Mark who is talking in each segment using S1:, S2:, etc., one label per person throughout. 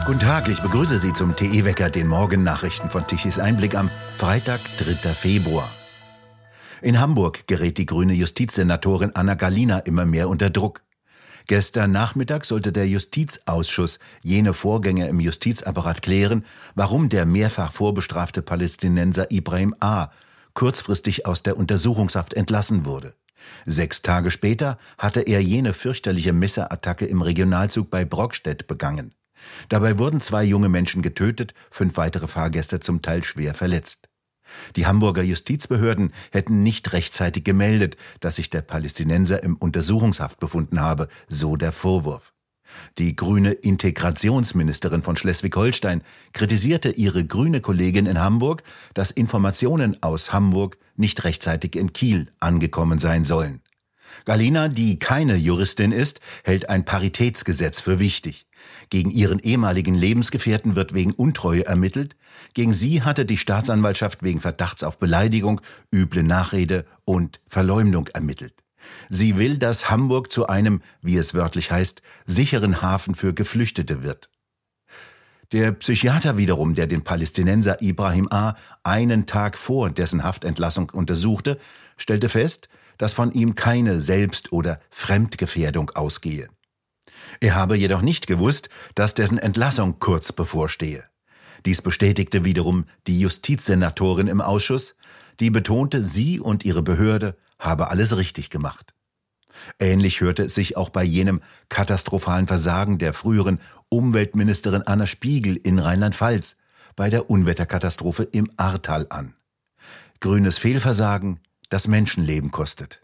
S1: Guten Tag, ich begrüße Sie zum TE-Wecker, den Morgennachrichten von Tichys Einblick am Freitag, 3. Februar. In Hamburg gerät die grüne Justizsenatorin Anna Gallina immer mehr unter Druck. Gestern Nachmittag sollte der Justizausschuss jene Vorgänge im Justizapparat klären, warum der mehrfach vorbestrafte Palästinenser Ibrahim A. kurzfristig aus der Untersuchungshaft entlassen wurde. 6 Tage später hatte er jene fürchterliche Messerattacke im Regionalzug bei Brockstedt begangen. Dabei wurden 2 junge Menschen getötet, 5 weitere Fahrgäste zum Teil schwer verletzt. Die Hamburger Justizbehörden hätten nicht rechtzeitig gemeldet, dass sich der Palästinenser im Untersuchungshaft befunden habe, so der Vorwurf. Die grüne Integrationsministerin von Schleswig-Holstein kritisierte ihre grüne Kollegin in Hamburg, dass Informationen aus Hamburg nicht rechtzeitig in Kiel angekommen sein sollen. Gallina, die keine Juristin ist, hält ein Paritätsgesetz für wichtig. Gegen ihren ehemaligen Lebensgefährten wird wegen Untreue ermittelt. Gegen sie hatte die Staatsanwaltschaft wegen Verdachts auf Beleidigung, üble Nachrede und Verleumdung ermittelt. Sie will, dass Hamburg zu einem, wie es wörtlich heißt, sicheren Hafen für Geflüchtete wird. Der Psychiater wiederum, der den Palästinenser Ibrahim A. einen Tag vor dessen Haftentlassung untersuchte, stellte fest, dass von ihm keine Selbst- oder Fremdgefährdung ausgehe. Er habe jedoch nicht gewusst, dass dessen Entlassung kurz bevorstehe. Dies bestätigte wiederum die Justizsenatorin im Ausschuss, die betonte, sie und ihre Behörde habe alles richtig gemacht. Ähnlich hörte es sich auch bei jenem katastrophalen Versagen der früheren Umweltministerin Anna Spiegel in Rheinland-Pfalz bei der Unwetterkatastrophe im Ahrtal an. Grünes Fehlversagen, das Menschenleben kostet.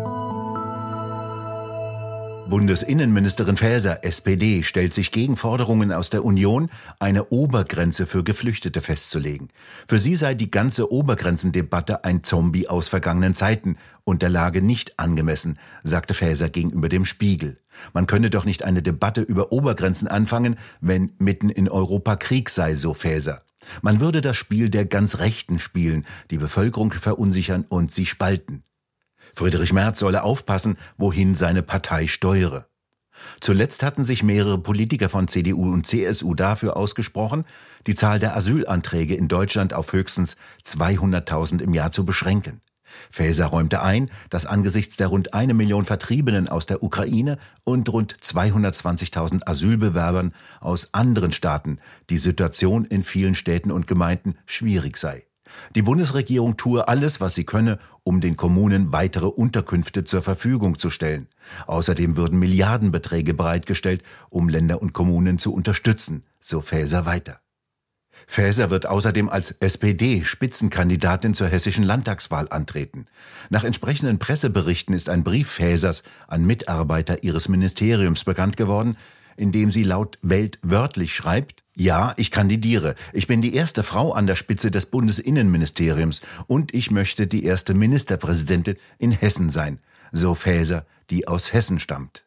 S1: Bundesinnenministerin Faeser, SPD, stellt sich gegen Forderungen aus der Union, eine Obergrenze für Geflüchtete festzulegen. Für sie sei die ganze Obergrenzendebatte ein Zombie aus vergangenen Zeiten und der Lage nicht angemessen, sagte Faeser gegenüber dem Spiegel. Man könne doch nicht eine Debatte über Obergrenzen anfangen, wenn mitten in Europa Krieg sei, so Faeser. Man würde das Spiel der ganz Rechten spielen, die Bevölkerung verunsichern und sie spalten. Friedrich Merz solle aufpassen, wohin seine Partei steuere. Zuletzt hatten sich mehrere Politiker von CDU und CSU dafür ausgesprochen, die Zahl der Asylanträge in Deutschland auf höchstens 200.000 im Jahr zu beschränken. Faeser räumte ein, dass angesichts der rund 1 Million Vertriebenen aus der Ukraine und rund 220.000 Asylbewerbern aus anderen Staaten die Situation in vielen Städten und Gemeinden schwierig sei. Die Bundesregierung tue alles, was sie könne, um den Kommunen weitere Unterkünfte zur Verfügung zu stellen. Außerdem würden Milliardenbeträge bereitgestellt, um Länder und Kommunen zu unterstützen, so Faeser weiter. Faeser wird außerdem als SPD-Spitzenkandidatin zur hessischen Landtagswahl antreten. Nach entsprechenden Presseberichten ist ein Brief Faesers an Mitarbeiter ihres Ministeriums bekannt geworden, in dem sie laut Welt wörtlich schreibt: Ja, ich kandidiere. Ich bin die erste Frau an der Spitze des Bundesinnenministeriums und ich möchte die erste Ministerpräsidentin in Hessen sein, so Faeser, die aus Hessen stammt.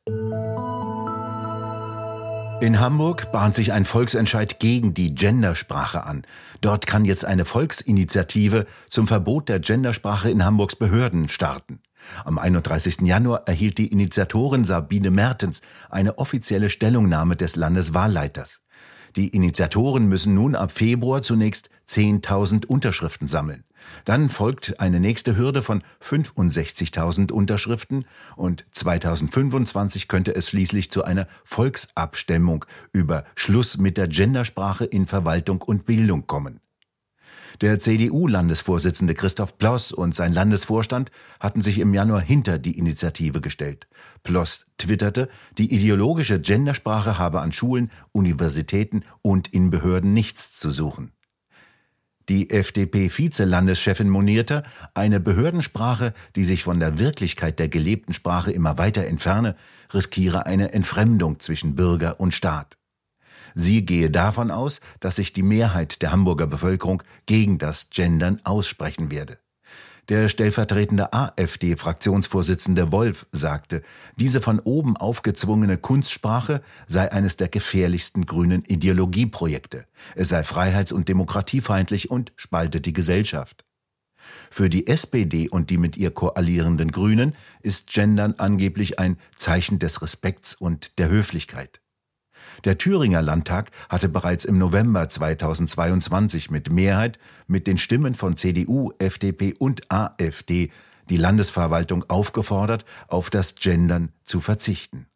S1: In Hamburg bahnt sich ein Volksentscheid gegen die Gendersprache an. Dort kann jetzt eine Volksinitiative zum Verbot der Gendersprache in Hamburgs Behörden starten. Am 31. Januar erhielt die Initiatorin Sabine Mertens eine offizielle Stellungnahme des Landeswahlleiters. Die Initiatoren müssen nun ab Februar zunächst 10.000 Unterschriften sammeln. Dann folgt eine nächste Hürde von 65.000 Unterschriften und 2025 könnte es schließlich zu einer Volksabstimmung über Schluss mit der Gendersprache in Verwaltung und Bildung kommen. Der CDU-Landesvorsitzende Christoph Ploss und sein Landesvorstand hatten sich im Januar hinter die Initiative gestellt. Ploss twitterte, die ideologische Gendersprache habe an Schulen, Universitäten und in Behörden nichts zu suchen. Die FDP-Vize-Landeschefin monierte, eine Behördensprache, die sich von der Wirklichkeit der gelebten Sprache immer weiter entferne, riskiere eine Entfremdung zwischen Bürger und Staat. Sie gehe davon aus, dass sich die Mehrheit der Hamburger Bevölkerung gegen das Gendern aussprechen werde. Der stellvertretende AfD-Fraktionsvorsitzende Wolf sagte, diese von oben aufgezwungene Kunstsprache sei eines der gefährlichsten grünen Ideologieprojekte. Es sei freiheits- und demokratiefeindlich und spalte die Gesellschaft. Für die SPD und die mit ihr koalierenden Grünen ist Gendern angeblich ein Zeichen des Respekts und der Höflichkeit. Der Thüringer Landtag hatte bereits im November 2022 mit Mehrheit mit den Stimmen von CDU, FDP und AfD die Landesverwaltung aufgefordert, auf das Gendern zu verzichten.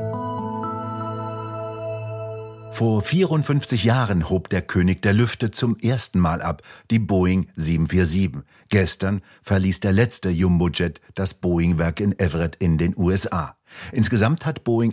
S1: Vor 54 Jahren hob der König der Lüfte zum ersten Mal ab, die Boeing 747. Gestern verließ der letzte Jumbojet das Boeing-Werk in Everett in den USA. Insgesamt hat Boeing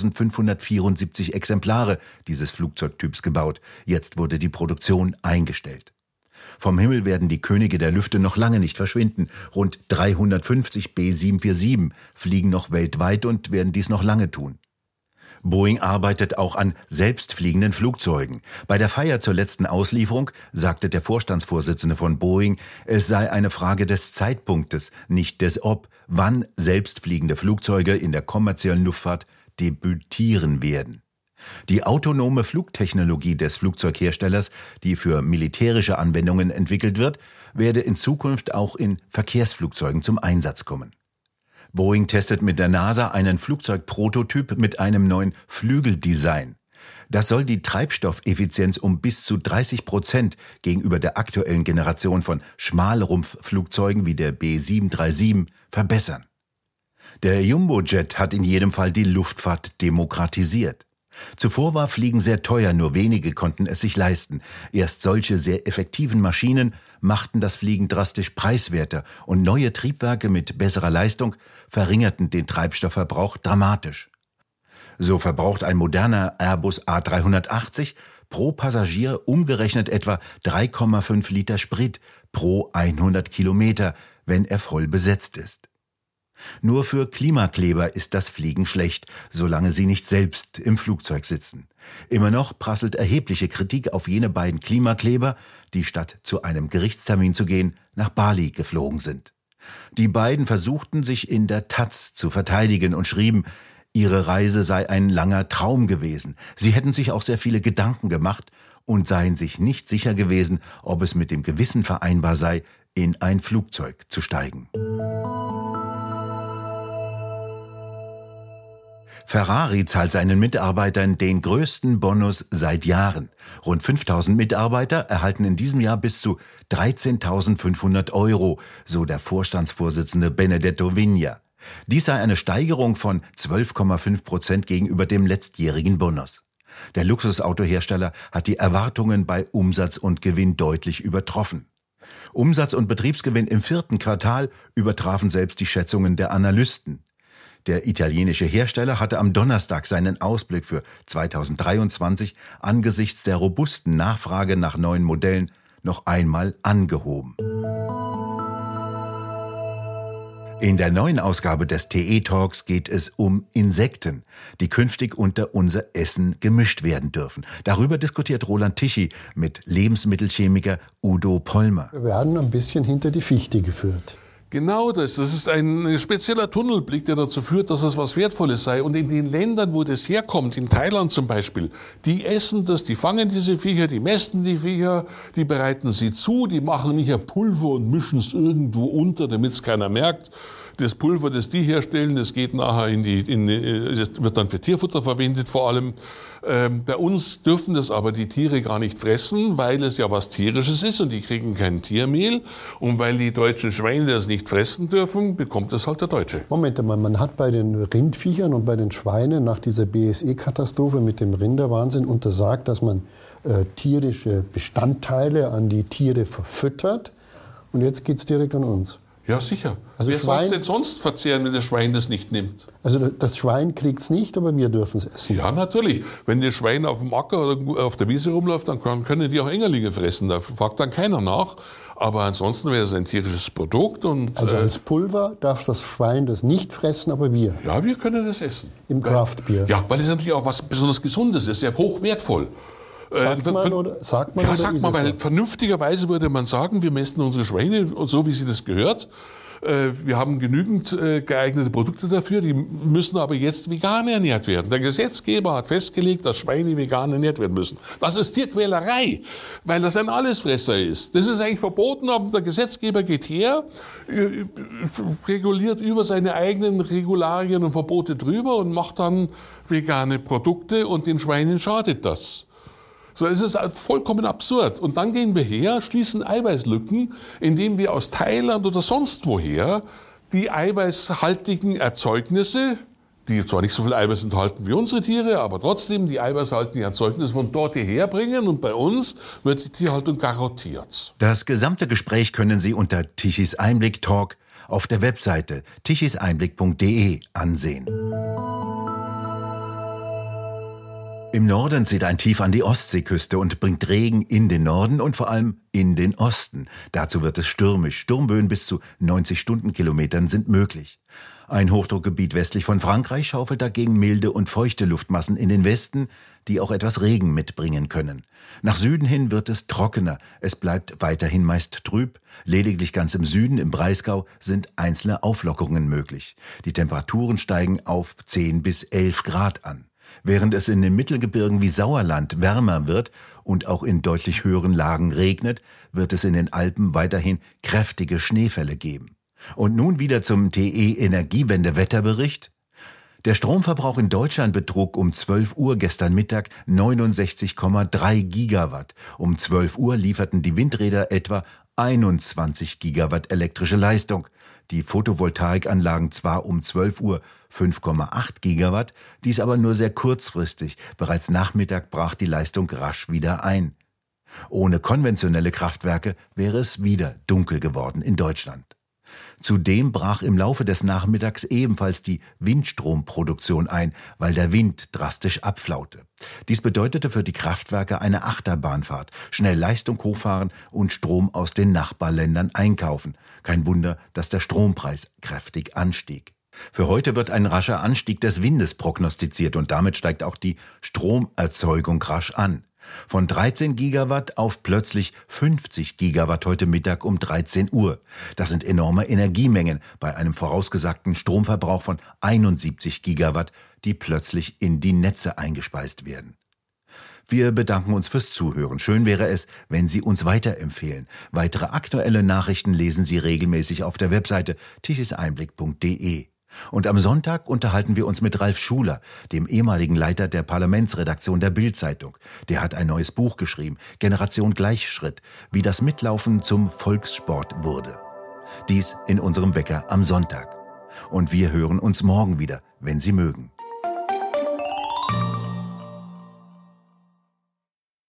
S1: 1574 Exemplare dieses Flugzeugtyps gebaut. Jetzt wurde die Produktion eingestellt. Vom Himmel werden die Könige der Lüfte noch lange nicht verschwinden. Rund 350 B747 fliegen noch weltweit und werden dies noch lange tun. Boeing arbeitet auch an selbstfliegenden Flugzeugen. Bei der Feier zur letzten Auslieferung sagte der Vorstandsvorsitzende von Boeing, es sei eine Frage des Zeitpunktes, nicht des wann selbstfliegende Flugzeuge in der kommerziellen Luftfahrt debütieren werden. Die autonome Flugtechnologie des Flugzeugherstellers, die für militärische Anwendungen entwickelt wird, werde in Zukunft auch in Verkehrsflugzeugen zum Einsatz kommen. Boeing testet mit der NASA einen Flugzeugprototyp mit einem neuen Flügeldesign. Das soll die Treibstoffeffizienz um bis zu 30% gegenüber der aktuellen Generation von Schmalrumpfflugzeugen wie der B737 verbessern. Der Jumbojet hat in jedem Fall die Luftfahrt demokratisiert. Zuvor war Fliegen sehr teuer, nur wenige konnten es sich leisten. Erst solche sehr effektiven Maschinen machten das Fliegen drastisch preiswerter und neue Triebwerke mit besserer Leistung verringerten den Treibstoffverbrauch dramatisch. So verbraucht ein moderner Airbus A380 pro Passagier umgerechnet etwa 3,5 Liter Sprit pro 100 Kilometer, wenn er voll besetzt ist. Nur für Klimakleber ist das Fliegen schlecht, solange sie nicht selbst im Flugzeug sitzen. Immer noch prasselt erhebliche Kritik auf jene beiden Klimakleber, die statt zu einem Gerichtstermin zu gehen, nach Bali geflogen sind. Die beiden versuchten sich in der Taz zu verteidigen und schrieben, ihre Reise sei ein langer Traum gewesen. Sie hätten sich auch sehr viele Gedanken gemacht und seien sich nicht sicher gewesen, ob es mit dem Gewissen vereinbar sei, in ein Flugzeug zu steigen. Ferrari zahlt seinen Mitarbeitern den größten Bonus seit Jahren. Rund 5.000 Mitarbeiter erhalten in diesem Jahr bis zu 13.500 €, so der Vorstandsvorsitzende Benedetto Vigna. Dies sei eine Steigerung von 12,5% gegenüber dem letztjährigen Bonus. Der Luxusautohersteller hat die Erwartungen bei Umsatz und Gewinn deutlich übertroffen. Umsatz und Betriebsgewinn im 4. Quartal übertrafen selbst die Schätzungen der Analysten. Der italienische Hersteller hatte am Donnerstag seinen Ausblick für 2023 angesichts der robusten Nachfrage nach neuen Modellen noch einmal angehoben. In der neuen Ausgabe des TE-Talks geht es um Insekten, die künftig unter unser Essen gemischt werden dürfen. Darüber diskutiert Roland Tichy mit Lebensmittelchemiker Udo Pollmer.
S2: Wir werden ein bisschen hinter die Fichte geführt.
S3: Genau das. Das ist ein spezieller Tunnelblick, der dazu führt, dass es was Wertvolles sei. Und in den Ländern, wo das herkommt, in Thailand zum Beispiel, die essen das, die fangen diese Viecher, die mästen die Viecher, die bereiten sie zu, die machen nicht ein Pulver und mischen es irgendwo unter, damit es keiner merkt. Das Pulver, das die herstellen, das geht nachher das wird dann für Tierfutter verwendet vor allem. Bei uns dürfen das aber die Tiere gar nicht fressen, weil es ja was Tierisches ist und die kriegen kein Tiermehl. Und weil die deutschen Schweine das nicht fressen dürfen, bekommt das halt der Deutsche.
S2: Moment einmal, man hat bei den Rindviechern und bei den Schweinen nach dieser BSE-Katastrophe mit dem Rinderwahnsinn untersagt, dass man tierische Bestandteile an die Tiere verfüttert. Und jetzt geht es direkt an uns.
S3: Ja, sicher.
S2: Also
S3: wer soll es denn sonst verzehren, wenn das Schwein das nicht nimmt?
S2: Also das Schwein kriegt es nicht, aber wir dürfen es essen.
S3: Ja, natürlich. Wenn das Schwein auf dem Acker oder auf der Wiese rumläuft, dann können die auch Engerlinge fressen. Da fragt dann keiner nach. Aber ansonsten wäre es ein tierisches Produkt. Und,
S2: also als Pulver darf das Schwein das nicht fressen, aber wir.
S3: Ja, wir können das essen.
S2: Im Craftbier.
S3: Ja, weil es natürlich auch was besonders Gesundes ist, sehr hochwertvoll.
S2: Sagt man,
S3: weil vernünftigerweise würde man sagen, wir mästen unsere Schweine so, wie sie das gehört. wir haben genügend geeignete Produkte dafür, die müssen aber jetzt vegan ernährt werden. Der Gesetzgeber hat festgelegt, dass Schweine vegan ernährt werden müssen. Das ist Tierquälerei, weil das ein Allesfresser ist. Das ist eigentlich verboten, aber der Gesetzgeber geht her, reguliert über seine eigenen Regularien und Verbote drüber und macht dann vegane Produkte und den Schweinen schadet das. So, es ist vollkommen absurd. Und dann gehen wir her, schließen Eiweißlücken, indem wir aus Thailand oder sonst woher die eiweißhaltigen Erzeugnisse, die zwar nicht so viel Eiweiß enthalten wie unsere Tiere, aber trotzdem die eiweißhaltigen Erzeugnisse von dort hierher bringen. Und bei uns wird die Tierhaltung garottiert.
S1: Das gesamte Gespräch können Sie unter Tichys Einblick Talk auf der Webseite tichiseinblick.de ansehen. Im Norden zieht ein Tief an die Ostseeküste und bringt Regen in den Norden und vor allem in den Osten. Dazu wird es stürmisch. Sturmböen bis zu 90 Stundenkilometern sind möglich. Ein Hochdruckgebiet westlich von Frankreich schaufelt dagegen milde und feuchte Luftmassen in den Westen, die auch etwas Regen mitbringen können. Nach Süden hin wird es trockener. Es bleibt weiterhin meist trüb. Lediglich ganz im Süden, im Breisgau, sind einzelne Auflockerungen möglich. Die Temperaturen steigen auf 10 bis 11 Grad an. Während es in den Mittelgebirgen wie Sauerland wärmer wird und auch in deutlich höheren Lagen regnet, wird es in den Alpen weiterhin kräftige Schneefälle geben. Und nun wieder zum TE Energiewende-Wetterbericht. Der Stromverbrauch in Deutschland betrug um 12 Uhr gestern Mittag 69,3 Gigawatt. Um 12 Uhr lieferten die Windräder etwa 21 Gigawatt elektrische Leistung. Die Photovoltaikanlagen zwar um 12 Uhr 5,8 Gigawatt, dies aber nur sehr kurzfristig. Bereits Nachmittag brach die Leistung rasch wieder ein. Ohne konventionelle Kraftwerke wäre es wieder dunkel geworden in Deutschland. Zudem brach im Laufe des Nachmittags ebenfalls die Windstromproduktion ein, weil der Wind drastisch abflaute. Dies bedeutete für die Kraftwerke eine Achterbahnfahrt, schnell Leistung hochfahren und Strom aus den Nachbarländern einkaufen. Kein Wunder, dass der Strompreis kräftig anstieg. Für heute wird ein rascher Anstieg des Windes prognostiziert und damit steigt auch die Stromerzeugung rasch an. Von 13 Gigawatt auf plötzlich 50 Gigawatt heute Mittag um 13 Uhr. Das sind enorme Energiemengen bei einem vorausgesagten Stromverbrauch von 71 Gigawatt, die plötzlich in die Netze eingespeist werden. Wir bedanken uns fürs Zuhören. Schön wäre es, wenn Sie uns weiterempfehlen. Weitere aktuelle Nachrichten lesen Sie regelmäßig auf der Webseite tichiseinblick.de. Und am Sonntag unterhalten wir uns mit Ralf Schuler, dem ehemaligen Leiter der Parlamentsredaktion der Bild-Zeitung. Der hat ein neues Buch geschrieben, Generation Gleichschritt, wie das Mitlaufen zum Volkssport wurde. Dies in unserem Wecker am Sonntag. Und wir hören uns morgen wieder, wenn Sie mögen.